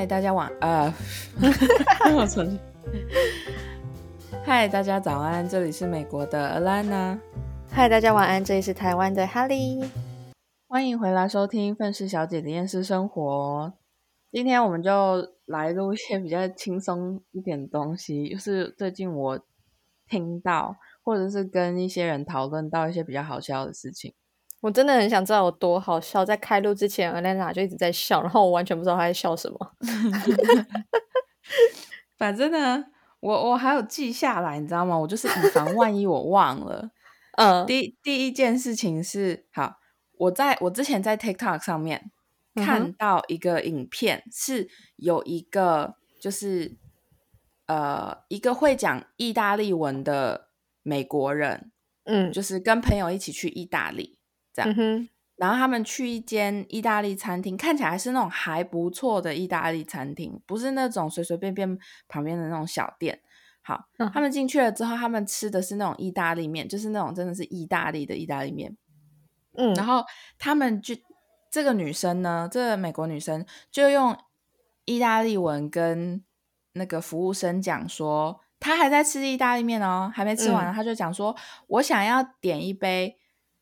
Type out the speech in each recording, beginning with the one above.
嗨，大家我重新。嗨，大家早安，这里是美国的 Alana。 嗨，大家晚安，这里是台湾的 Holly。 欢迎回来收听愤世小姐的厌世生活。今天我们就来录一些比较轻松一点的东西，就是最近我听到或者是跟一些人讨论到一些比较好笑的事情。 我真的很想知道有多好笑，在开录之前 Alana 就一直在笑，然后我完全不知道她在笑什么。 反正呢，我还有记下来，你知道吗？我就是以防万一我忘了。第一件事情是，好，我之前在 TikTok 上面看到一个影片，是有一个就是一个会讲意大利文的美国人，就是跟朋友一起去意大利这样。然后他们去一间意大利餐厅，看起来是那种还不错的意大利餐厅，不是那种随随便便旁边的那种小店。好，他们进去了之后，他们吃的是那种意大利面，就是那种真的是意大利的意大利面。然后他们就这个女生呢，这个美国女生就用意大利文跟那个服务生讲说，她还在吃意大利面哦，还没吃完，她就讲说，我想要点一杯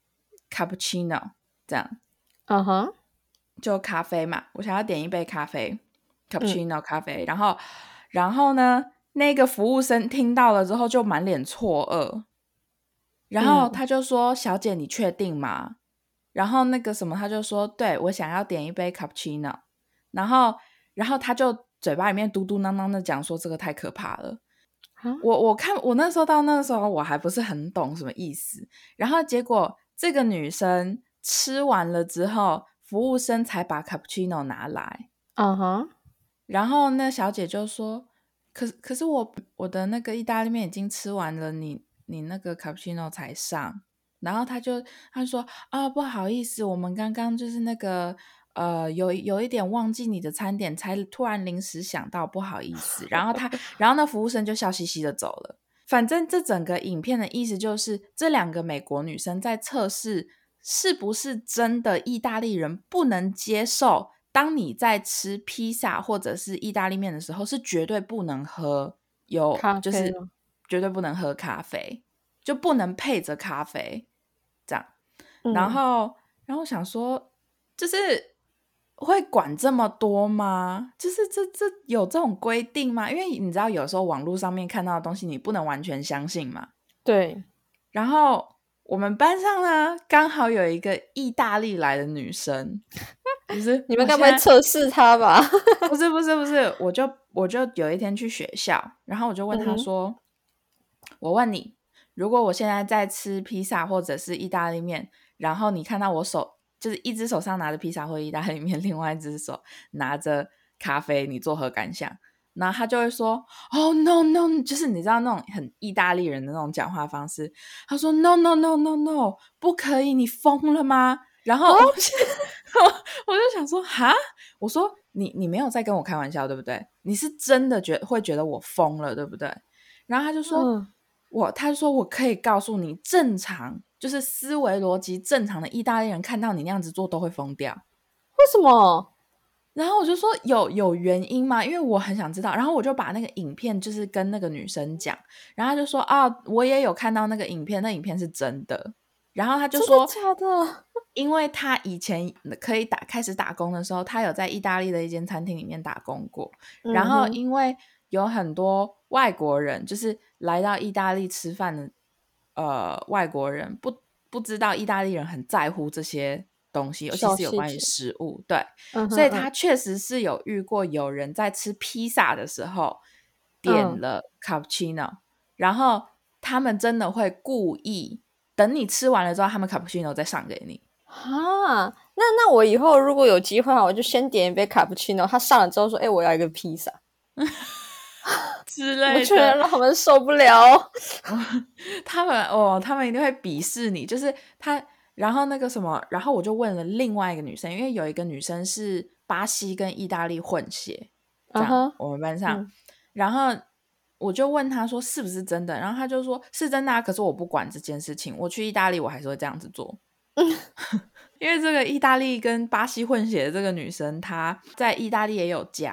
cappuccino。这样，就咖啡嘛，我想要点一杯咖啡 cappuccino 咖啡。然后呢，那个服务生听到了之后就满脸错愕，然后他就说，小姐你确定吗？然后那个什么他就说，对，我想要点一杯 cappuccino。然后他就嘴巴里面嘟嘟囔囔的讲说，这个太可怕了。我那时候到那个时候我还不是很懂什么意思，然后结果这个女生吃完了之后，服务生才把 cappuccino 拿来。然后那小姐就说，可是我的那个意大利面已经吃完了，你那个 cappuccino 才上。然后他就说，不好意思，我们刚刚就是那个有一点忘记你的餐点，才突然临时想到，不好意思。然后那服务生就笑嘻嘻的走了。反正这整个影片的意思就是，这两个美国女生在测试是不是真的意大利人不能接受，当你在吃披萨或者是意大利面的时候，是绝对不能喝就是绝对不能喝咖啡，就不能配着咖啡这样。然后我想说，就是会管这么多吗？就是这有这种规定吗？因为你知道有时候网络上面看到的东西你不能完全相信嘛。 对。 然后我们班上呢刚好有一个意大利来的女生，就是你们该不会测试她吧？ 不是，我就有一天去学校，然后我就问她说，我问你，如果我现在在吃披萨或者是意大利面，然后你看到我手就是一只手上拿着披萨或者意大利面，另外一只手拿着咖啡，你作何感想？然后他就会说no no， 就是你知道那种很意大利人的那种讲话方式，他说 no no no no no， 不可以，你疯了吗？然后我就想说哈，我说你没有在跟我开玩笑对不对？你是真的会觉得我疯了对不对？然后他就说他说我可以告诉你，正常就是思维逻辑正常的意大利人看到你那样子做都会疯掉。 为什么？ 然后我就说有原因吗？因为我很想知道。然后我就把那个影片就是跟那个女生讲，然后他就说我也有看到那个影片，那影片是真的。然后他就说真的假的？ 因为他以前可以开始打工的时候，他有在意大利的一间餐厅里面打工过。然后因为有很多外国人就是来到意大利吃饭的外国人不知道意大利人很在乎这些东西，尤其是有关于食物。对，所以他确实是有遇过有人在吃披萨的时候点了 cappuccino，然后他们真的会故意等你吃完了之后，他们 cappuccino 再上给你。 那我以后如果有机会我就先点一杯卡布奇诺，他上了之后说我要一个披萨之类的， 我觉得让他们受不了。 他们一定会鄙视你，就是他。然后那个什么，然后我就问了另外一个女生，因为有一个女生是巴西跟意大利混血，这样我们班上。然后我就问她说是不是真的，然后她就说是真的啊，可是我不管这件事情，我去意大利我还是会这样子做。因为这个意大利跟巴西混血的这个女生，她在意大利也有家，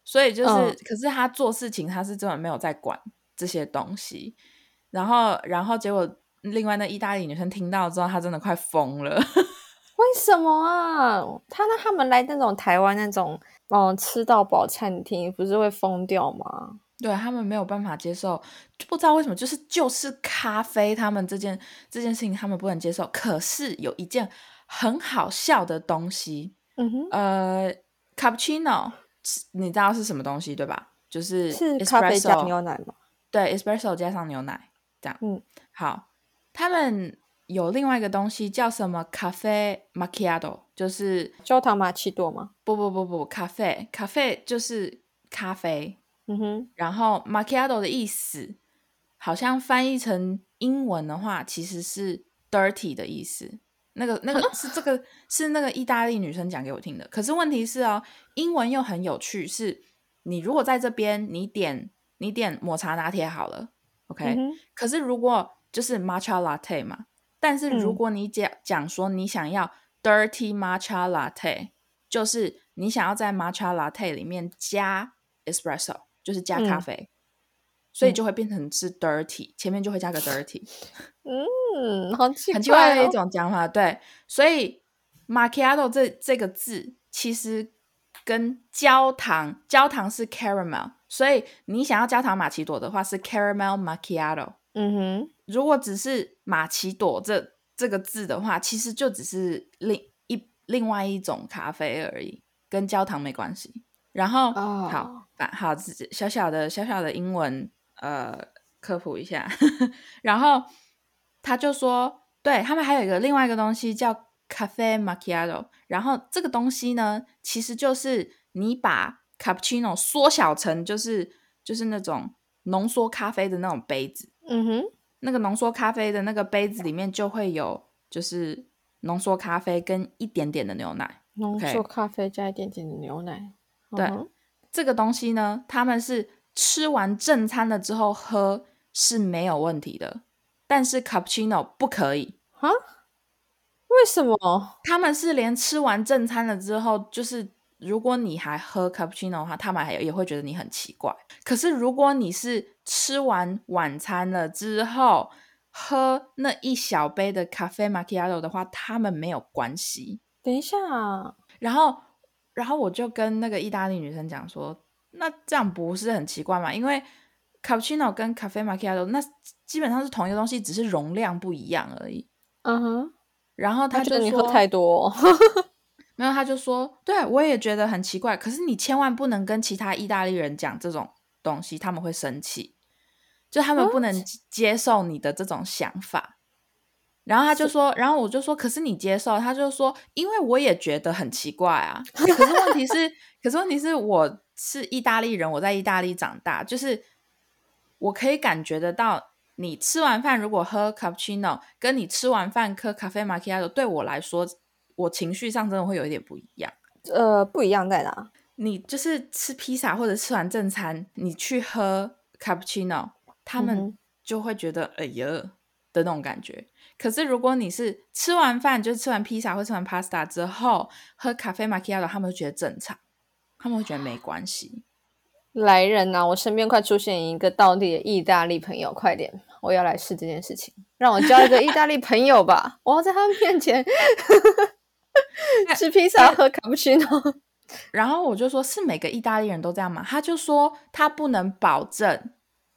所以就是，可是他做事情他是真的没有在管这些东西，然后结果另外那意大利女生听到之后，她真的快疯了。 为什么啊？他们来那种台湾那种吃到饱餐厅，不是会疯掉吗？ 对，他们没有办法接受，就不知道为什么，就是咖啡，他们这件事情他们不能接受。可是有一件很好笑的东西，cappuccino 你知道是什么东西对吧？就是咖啡加 espresso 牛奶吗？ 对 espresso 加上牛奶这样。好，他们有另外一个东西叫什么咖啡 macchiato， 就是焦糖玛奇朵吗？ 不，咖啡就是咖啡。然后 macchiato 的意思好像翻译成英文的话其实是 dirty 的意思，那个是那个意大利女生讲给我听的。可是问题是英文又很有趣，是你如果在这边你点抹茶拿铁好了 OK，可是如果就是 matcha latte 嘛，但是如果你讲说你想要 dirty matcha latte，就是你想要在 matcha latte 里面加 espresso，就是加咖啡，所以就会变成是 dirty，前面就会加个 dirty。 好奇怪， 很奇怪的一种讲法。对，所以 macchiato 这个字其实跟焦糖是 caramel， 所以你想要焦糖玛奇朵的话是 caramel macchiato。如果只是玛奇朵这个字的话，其实就只是另外一种咖啡而已，跟焦糖没关系。然后好小小的英文科普一下。然后他就说对，他们还有另外一个东西叫 cafe macchiato， 然后这个东西呢其实就是你把 cappuccino 缩小成就是那种浓缩咖啡的那种杯子。那个浓缩咖啡的那个杯子里面就会有就是浓缩咖啡跟一点点的牛奶， 浓缩咖啡加一点点的牛奶。 对，这个东西呢，他们是吃完正餐了之后喝是没有问题的，但是 cappuccino 不可以。 为什么？ 他们是连吃完正餐了之后，就是如果你还喝 cappuccino 的话，他们也会觉得你很奇怪。可是如果你是吃完晚餐了之后喝那一小杯的 cafe macchiato 的话，他们没有关系。 等一下然后我就跟那个意大利女生讲说，那这样不是很奇怪吗？因为 cappuccino 跟 cafe macchiato 那基本上是同一个东西，只是容量不一样而已。然后他就说你喝太多没有，他就说对，我也觉得很奇怪，可是你千万不能跟其他意大利人讲这种东西，他们会生气，就他们不能接受你的这种想法。然后他就说，然后我就说可是你接受，他就说因为我也觉得很奇怪啊。可是问题是我是意大利人，我在意大利长大，就是我可以感觉得到你吃完饭如果喝 cappuccino 跟你吃完饭喝 cafe macchiato 对我来说我情绪上真的会有一点不一样。 不一样在哪？ 你就是吃披萨或者吃完正餐你去喝 cappuccino 他们就会觉得哎呀的那种感觉。可是如果你是吃完饭就是吃完披萨或吃完 pasta 之后喝 cafe macchiato 他们会觉得正常，他们会觉得没关系。 来人啊，我身边快出现一个道地的意大利朋友，快点，我要来试这件事情，让我交一个意大利朋友吧。我要在他们面前吃披萨喝卡布奇诺。 然后我就说是每个意大利人都这样吗？他就说他不能保证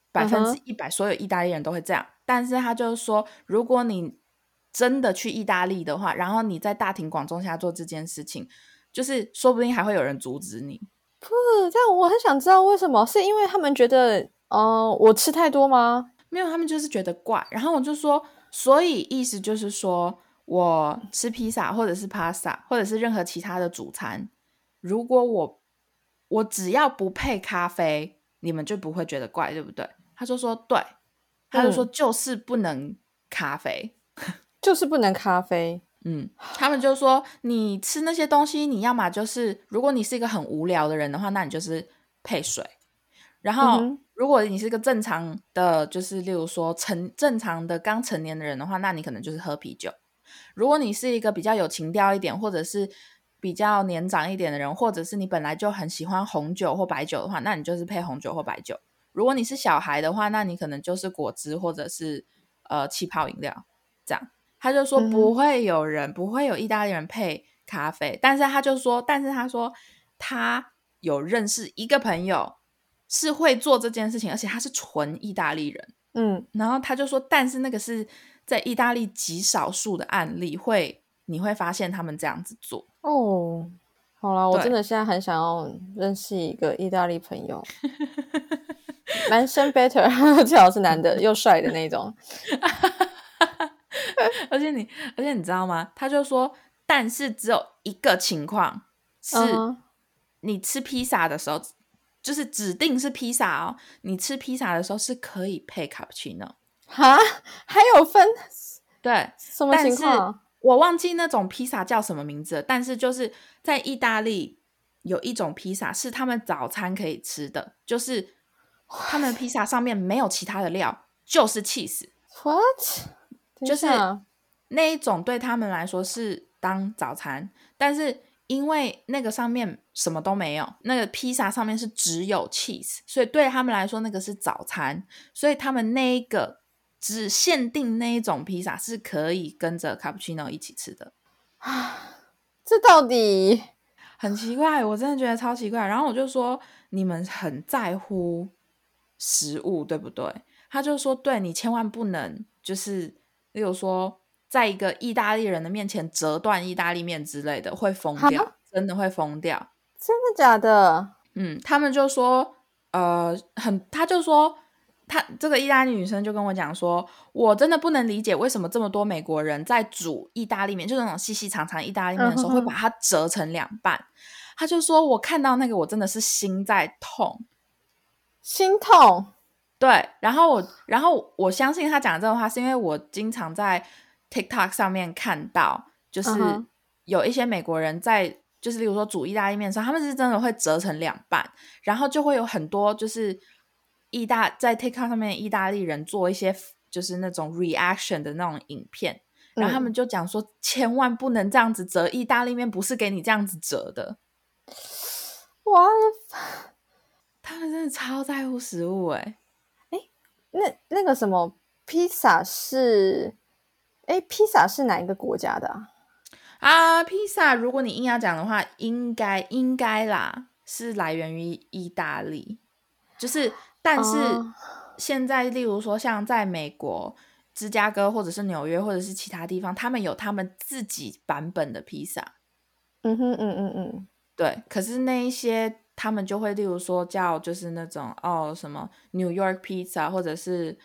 100%所有意大利人都会这样，但是他就说如果你真的去意大利的话，然后你在大庭广众下做这件事情，就是说不定还会有人阻止你。 不，但我很想知道为什么，是因为他们觉得我吃太多吗？ 没有，他们就是觉得怪。然后我就说所以意思就是说我吃披萨或者是 pasta 或者是任何其他的主餐，如果我只要不配咖啡你们就不会觉得怪对不对？他就说对，他就说就是不能咖啡就是不能咖啡。 他们就说你吃那些东西你要嘛就是如果你是一个很无聊的人的话，那你就是配水。然后如果你是一个正常的就是例如说正常的刚成年的人的话，那你可能就是喝啤酒。如果你是一个比较有情调一点或者是比较年长一点的人，或者是你本来就很喜欢红酒或白酒的话，那你就是配红酒或白酒。如果你是小孩的话，那你可能就是果汁或者是气泡饮料这样。他就说不会有人、不会有意大利人配咖啡，但是他说他有认识一个朋友是会做这件事情，而且他是纯意大利人。然后他就说，但是那个是在意大利极少数的案例你会发现他们这样子做。 哦，好啦，我真的现在很想要认识一个意大利朋友。男生 better 最好是男的又帅的那种。 而且你知道吗？他就说，但是只有一个情况是你吃披萨的时候，就是指定是披萨哦，你吃披萨的时候是可以配卡布奇诺。 哈，还有分？ 对， 什么情况？ 我忘记那种披萨叫什么名字了，但是就是在意大利有一种披萨是他们早餐可以吃的，就是他们的披萨上面没有其他的料，就是 cheese。What？ 就是那一种对他们来说是当早餐，但是因为那个上面什么都没有，那个披萨上面是只有 cheese， 所以对他们来说那个是早餐，所以他们那一个只限定那一种披萨是可以跟着 cappuccino 一起吃的。 这到底很奇怪，我真的觉得超奇怪。然后我就说，你们很在乎食物对不对？他就说，对，你千万不能就是例如说在一个意大利人的面前折断意大利面之类的，会疯掉，真的会疯掉。 真的假的？ 他们就说他就说他这个意大利女生就跟我讲说，我真的不能理解为什么这么多美国人在煮意大利面，就是那种细细长长意大利面的时候会把它折成两半。他就说我看到那个我真的是心在痛。 心痛？ 对，然后我相信他讲的这个话是因为我经常在 TikTok 上面看到，就是有一些美国人在就是例如说煮意大利面的时候，他们是真的会折成两半，然后就会有很多就是在 TikTok 上面的意大利人做一些就是那种 reaction 的那种影片，然后他们就讲说千万不能这样子折，意大利面不是给你这样子折的。 哇， 他们真的超在乎食物那个什么披萨是哪一个国家的披萨如果你硬要讲的话，应该啦，是来源于意大利。就是但是现在例如说像在美国芝加哥或者是纽约或者是其他地方，他们有他们自己版本的披萨。对，可是那一些他们就会例如说叫就是那种什么 New York Pizza 或者是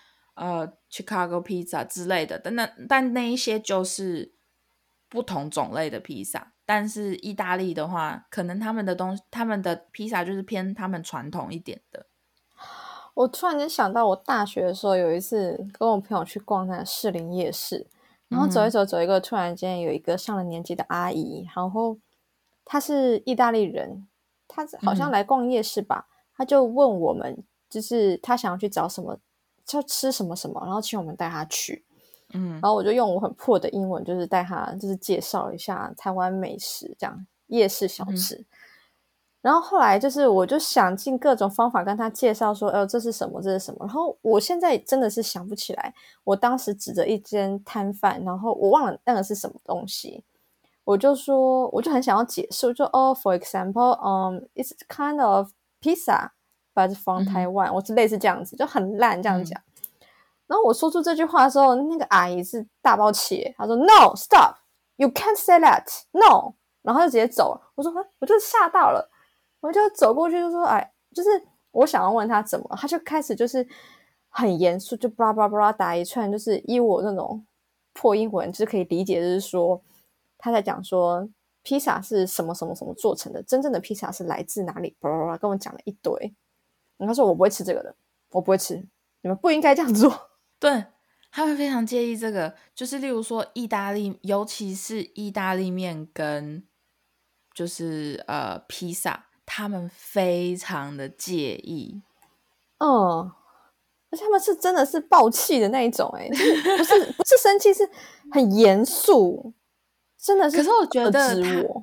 Chicago Pizza 之类的，但那一些就是不同种类的披萨。但是意大利的话，可能他们的披萨就是偏他们传统一点的。 我突然间想到，我大学的时候有一次跟我朋友去逛那士林夜市，然后走一个，突然间有一个上了年纪的阿姨，然后她是意大利人，她好像来逛夜市吧，她就问我们，就是她想要去找什么，要吃什么什么，然后请我们带她去。然后我就用我很破的英文，就是带她就是介绍一下台湾美食，这样夜市小吃。然后后来就是我就想尽各种方法跟他介绍说这是什么这是什么，然后我现在真的是想不起来我当时指着一间摊贩，然后我忘了那个是什么东西，我就很想要解释，我就for example it's kind of pizza but from Taiwan，我是类似这样子，就很烂这样讲。然后我说出这句话的时候，那个阿姨是大爆气，她说 No stop you can't say that no， 然后就直接走了。我说我就吓到了，我就走过去就说就是我想要问他怎么，他就开始就是很严肃，就巴拉巴拉巴拉打一串，就是依我那种破英文就是可以理解，就是说他在讲说披萨是什么什么什么做成的，真正的披萨是来自哪里，巴拉巴拉跟我讲了一堆。然后他说我不会吃这个的，我不会吃，你们不应该这样做。 对，他们非常介意这个，就是例如说意大利，尤其是意大利面跟就是披萨，他们非常的介意。 而且他们是真的是爆气的那一种就是不是生气，是很严肃，真的是。 可是我觉得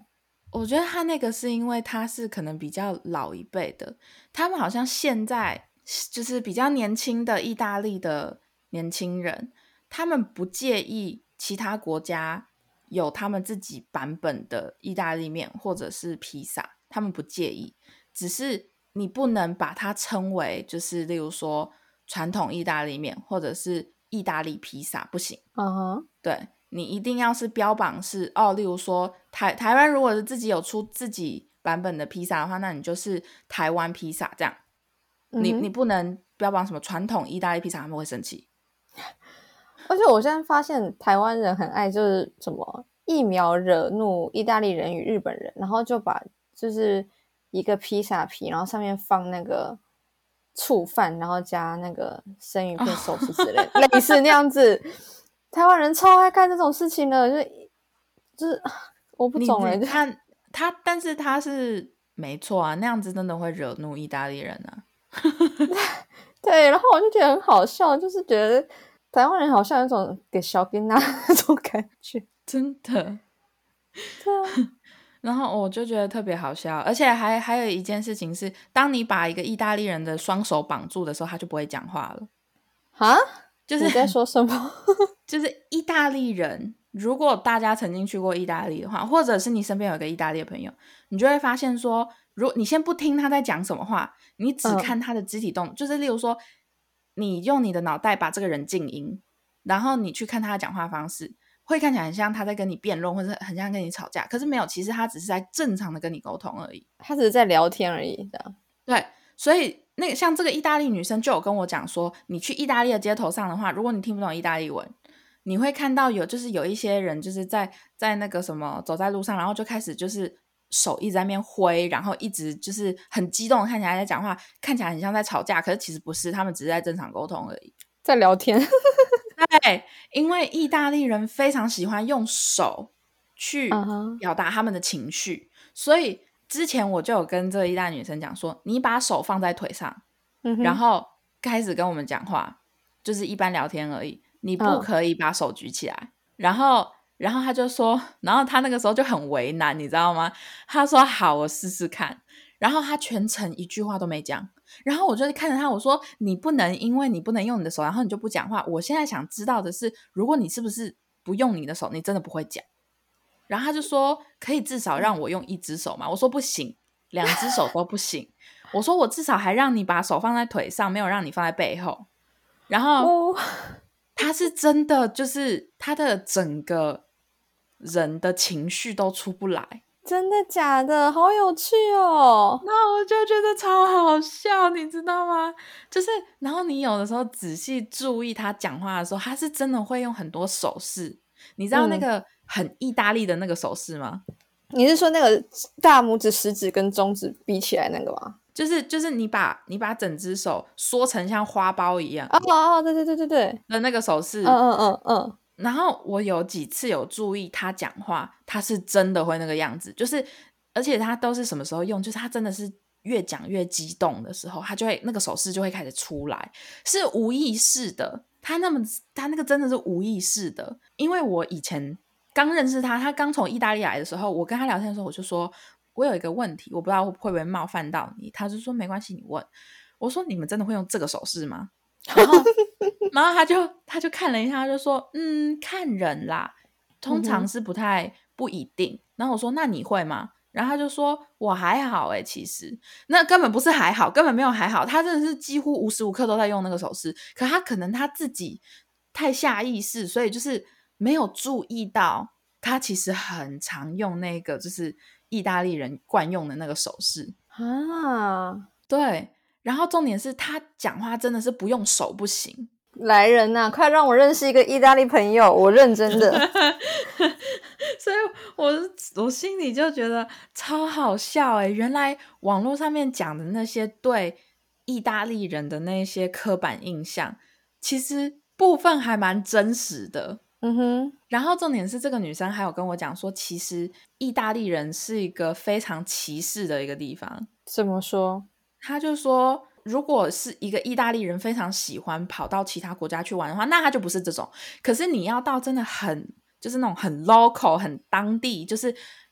我觉得他那个是因为他是可能比较老一辈的，他们好像现在就是比较年轻的意大利的年轻人，他们不介意其他国家有他们自己版本的意大利面或者是披萨，他们不介意，只是你不能把它称为就是例如说传统意大利面或者是意大利披萨，不行。对，你一定要是标榜是例如说台湾如果是自己有出自己版本的披萨的话，那你就是台湾披萨这样。你不能标榜什么传统意大利披萨，他们会生气。 而且我现在发现台湾人很爱就是什么一秒惹怒意大利人与日本人，然后就把就是一个披萨皮，然后上面放那个醋饭，然后加那个生鱼片寿司之类的，类似那样子。台湾人超爱干这种事情的，就是我不懂哎。 但是他是没错啊，那样子真的会惹怒意大利人啊。 对，然后我就觉得很好笑，就是觉得台湾人好像有种给小囡仔那种感觉， 真的。 对啊。 然后我就觉得特别好笑，而且还有一件事情是，当你把一个意大利人的双手绑住的时候，他就不会讲话了。 啊？ 就是你在说什么？ 就是意大利人，如果大家曾经去过意大利的话，或者是你身边有一个意大利的朋友，你就会发现说，如果你先不听他在讲什么话，你只看他的肢体动作，就是例如说，你用你的脑袋把这个人静音，然后你去看他的讲话方式，会看起来很像他在跟你辩论，或者很像跟你吵架，可是没有，其实他只是在正常的跟你沟通而已， 他只是在聊天而已。 对，所以那个像这个意大利女生就有跟我讲说，你去意大利的街头上的话，如果你听不懂意大利文，你会看到就是有一些人就是在那个什么走在路上，然后就开始就是手一直在那边挥，然后一直就是很激动，看起来在讲话，看起来很像在吵架，可是其实不是，他们只是在正常沟通而已， 在聊天。 对，因为意大利人非常喜欢用手去表达他们的情绪，所以之前我就有跟这个意大利女生讲说，你把手放在腿上，然后开始跟我们讲话，就是一般聊天而已，你不可以把手举起来。然后他就说，然后他那个时候就很为难，你知道吗？他说好，我试试看。然后他全程一句话都没讲，然后我就看着他，我说你不能因为你不能用你的手，然后你就不讲话。我现在想知道的是，如果你是不是不用你的手，你真的不会讲。然后他就说可以至少让我用一只手嘛，我说不行，2只手都不行。我说我至少还让你把手放在腿上，没有让你放在背后。然后他是真的就是他的整个人的情绪都出不来。 真的假的？好有趣哦。 那我就觉得超好笑，你知道吗？就是然后你有的时候仔细注意他讲话的时候，他是真的会用很多手势。你知道那个很意大利的那个手势吗？ 你是说那个大拇指、食指跟中指比起来那个吗？ 就是你把整只手缩成像花苞一样对的那个手势。然后我有几次有注意他讲话，他是真的会那个样子，就是而且他都是什么时候用，就是他真的是越讲越激动的时候，他就会那个手势就会开始出来，是无意识的。他那个真的是无意识的。因为我以前刚认识他，他刚从意大利来的时候，我跟他聊天的时候，我就说我有一个问题，我不知道会不会冒犯到你。他就说没关系，你问。我说你们真的会用这个手势吗？然后他就看了一下，他就说看人啦，通常是不一定。然后我说那你会吗？然后他就说我还好其实那根本不是还好，根本没有还好，他真的是几乎无时无刻都在用那个手势。可他可能他自己太下意识，所以就是没有注意到他其实很常用那个就是意大利人惯用的那个手势啊。对，然后重点是他讲话真的是不用手不行。 来人啊，快让我认识一个意大利朋友，我认真的。 所以我心里就觉得超好笑原来网络上面讲的那些对意大利人的那些刻板印象，其实部分还蛮真实的。然后重点是这个女生还有跟我讲说，其实意大利人是一个非常歧视的一个地方。 怎么说？ 他就说如果是一个意大利人非常喜欢跑到其他国家去玩的话，那他就不是这种。可是你要到真的很就是那种很 local 很当地，就是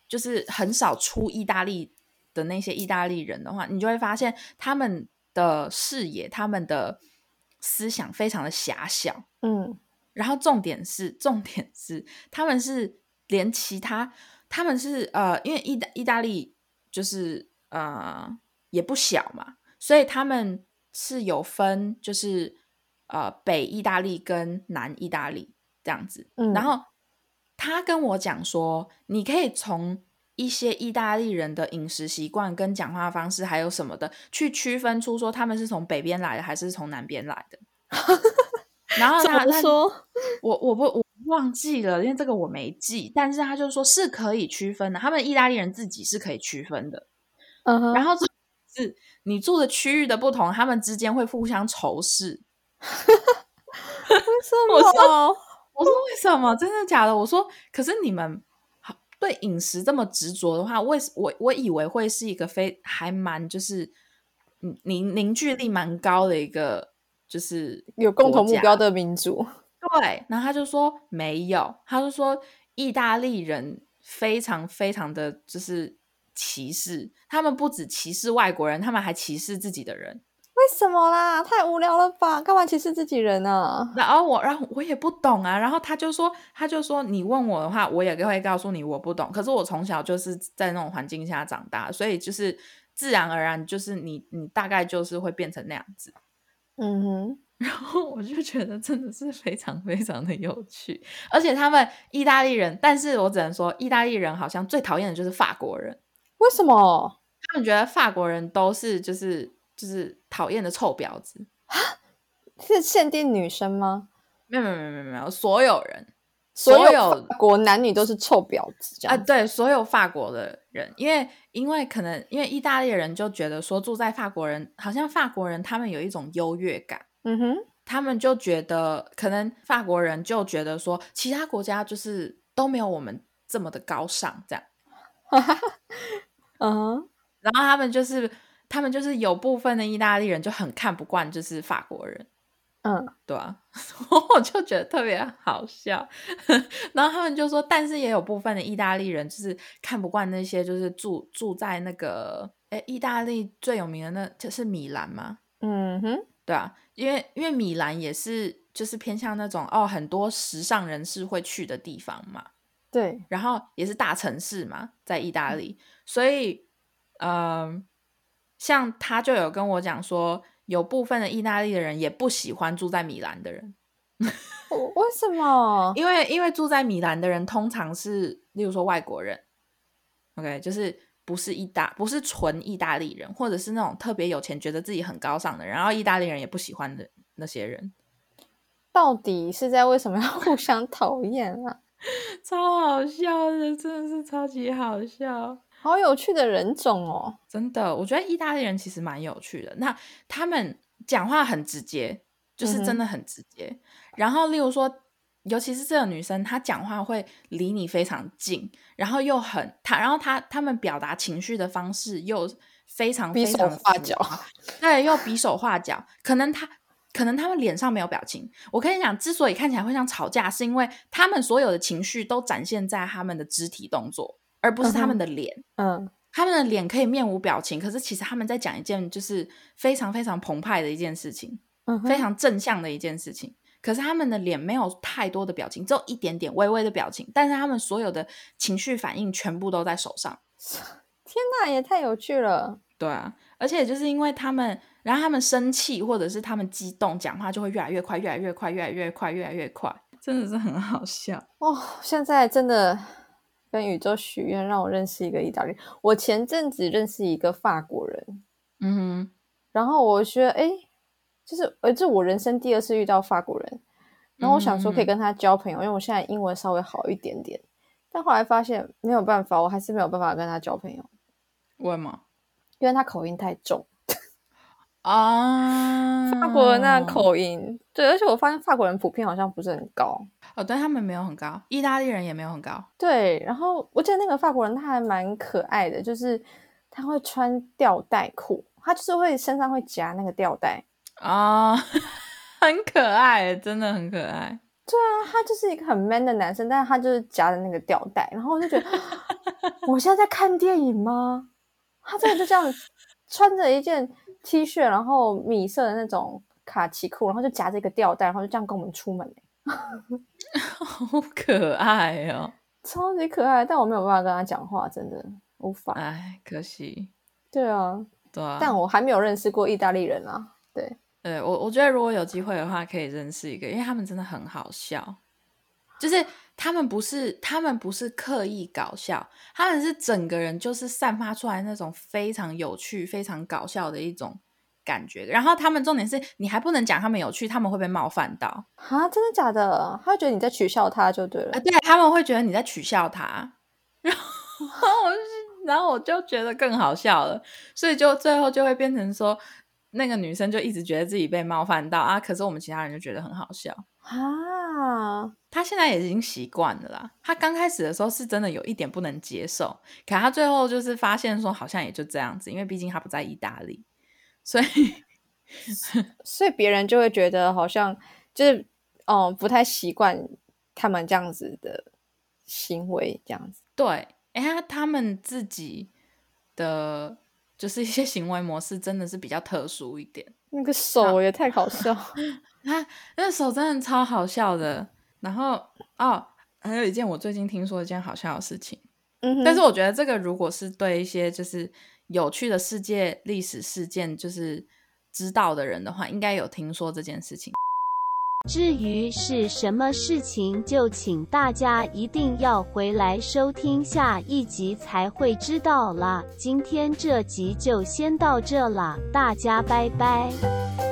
就是很少出意大利的那些意大利人的话，你就会发现他们的视野他们的思想非常的狭小。然后重点是他们是连其他他们是因为意大利就是也不小嘛，所以他们是有分就是北意大利跟南意大利这样子。然后他跟我讲说，你可以从一些意大利人的饮食习惯跟讲话方式还有什么的去区分出说他们是从北边来的还是从南边来的。然后怎么说？ 我忘记了，因为这个我没记，但是他就说是可以区分的，他们意大利人自己是可以区分的。然后是你住的区域的不同，他们之间会互相仇视。 为什么？ 我说为什么？真的假的？我说可是你们对饮食这么执着的话，我以为会是一个还蛮就是凝聚力蛮高的一个就是有共同目标的民族。 对，然后他就说没有，他就说意大利人非常非常的就是歧视，他们不止歧视外国人，他们还歧视自己的人。 为什么啦？太无聊了吧？干嘛歧视自己人啊？ 然后我也不懂啊。然后他就说你问我的话，我也会告诉你我不懂。可是我从小就是在那种环境下长大，所以就是自然而然就是你大概就是会变成那样子。然后我就觉得真的是非常非常的有趣，而且他们意大利人，但是我只能说意大利人好像最讨厌的就是法国人。 为什么？ 他们觉得法国人都是就是讨厌的臭婊子。 是限定女生吗？ 没有，所有人， 所有法国男女都是臭婊子这样对，所有法国的人，因为可能因为意大利人就觉得说住在法国人，好像法国人他们有一种优越感。他们就觉得可能法国人就觉得说其他国家就是都没有我们这么的高尚这样。然后他们就是有部分的意大利人就很看不惯就是法国人。对啊。我就觉得特别好笑。然后他们就说但是也有部分的意大利人就是看不惯那些就是住在那个意大利最有名的那就是米兰吗？对啊，因为米兰也是就是偏向那种很多时尚人士会去的地方嘛。 对， 然后也是大城市嘛，在意大利。所以像他就有跟我讲说有部分的意大利的人也不喜欢住在米兰的人。 为什么？ 因为住在米兰的人通常是例如说外国人 OK， 就是不是纯意大利人，或者是那种特别有钱觉得自己很高尚的人，然后意大利人也不喜欢的那些人。 到底是在为什么要互相讨厌啊？ 超好笑的，真的是超级好笑， 好有趣的人种哦。 真的，我觉得意大利人其实蛮有趣的。那他们讲话很直接，就是真的很直接。然后例如说尤其是这个女生，她讲话会离你非常近，然后又然后他们表达情绪的方式又非常非常比手画脚。 对，又比手画脚。可能他们脸上没有表情。我跟你讲，之所以看起来会像吵架，是因为他们所有的情绪都展现在他们的肢体动作，而不是他们的脸。他们的脸可以面无表情，可是其实他们在讲一件就是非常非常澎湃的一件事情，非常正向的一件事情。可是他们的脸没有太多的表情，只有一点点微微的表情，但是他们所有的情绪反应全部都在手上。 天哪，也太有趣了。 对啊，而且就是因为他们，然后他们生气或者是他们激动，讲话就会越来越快，越来越快，越来越快，越来越快，真的是很好笑现在真的跟宇宙许愿，让我认识一个意大利人。我前阵子认识一个法国人，然后我觉得就是这我人生第2次遇到法国人，然后我想说可以跟他交朋友，因为我现在英文稍微好一点点，但后来发现没有办法，我还是没有办法跟他交朋友。 为什么？ 因为他口音太重法国人那口音，对，而且我发现法国人普遍好像不是很高。 对，他们没有很高，意大利人也没有很高。 对，然后我记得那个法国人他还蛮可爱的，就是他会穿吊带裤，他就是会身上会夹那个吊带很可爱，真的很可爱。 对啊，他就是一个很 man 的男生，但是他就是夹着那个吊带，然后我就觉得我现在在看电影吗？他真的就这样穿着一件 T 恤，然后米色的那种卡其裤，然后就夹着一个吊带，然后就这样跟我们出门好可爱哦， 超级可爱。但我没有办法跟他讲话，真的无法。 哎，可惜。 对啊， 对啊， 但我还没有认识过意大利人啊。 对，我觉得如果有机会的话，可以认识一个，因为他们真的很好笑。就是他们不是刻意搞笑，他们是整个人就是散发出来那种非常有趣、非常搞笑的一种感觉。然后他们重点是你还不能讲他们有趣，他们会被冒犯到。 哈，真的假的？他会觉得你在取笑他就对了。 对，他们会觉得你在取笑他，然后我就觉得更好笑了，所以就最后就会变成说，那个女生就一直觉得自己被冒犯到啊，可是我们其他人就觉得很好笑啊。 他现在也已经习惯了啦。他刚开始的时候是真的有一点不能接受，可他最后就是发现说好像也就这样子，因为毕竟他不在意大利，所以别人就会觉得好像就是不太习惯他们这样子的行为，这样子。 对，他们自己的就是一些行为模式真的是比较特殊一点。 那个手也太好笑， 他那手真的超好笑的。然后还有一件我最近听说一件好笑的事情，但是我觉得这个如果是对一些就是有趣的世界历史事件就是知道的人的话，应该有听说这件事情。 至于是什么事情，就请大家一定要回来收听下一集才会知道啦。今天这集就先到这啦，大家拜拜。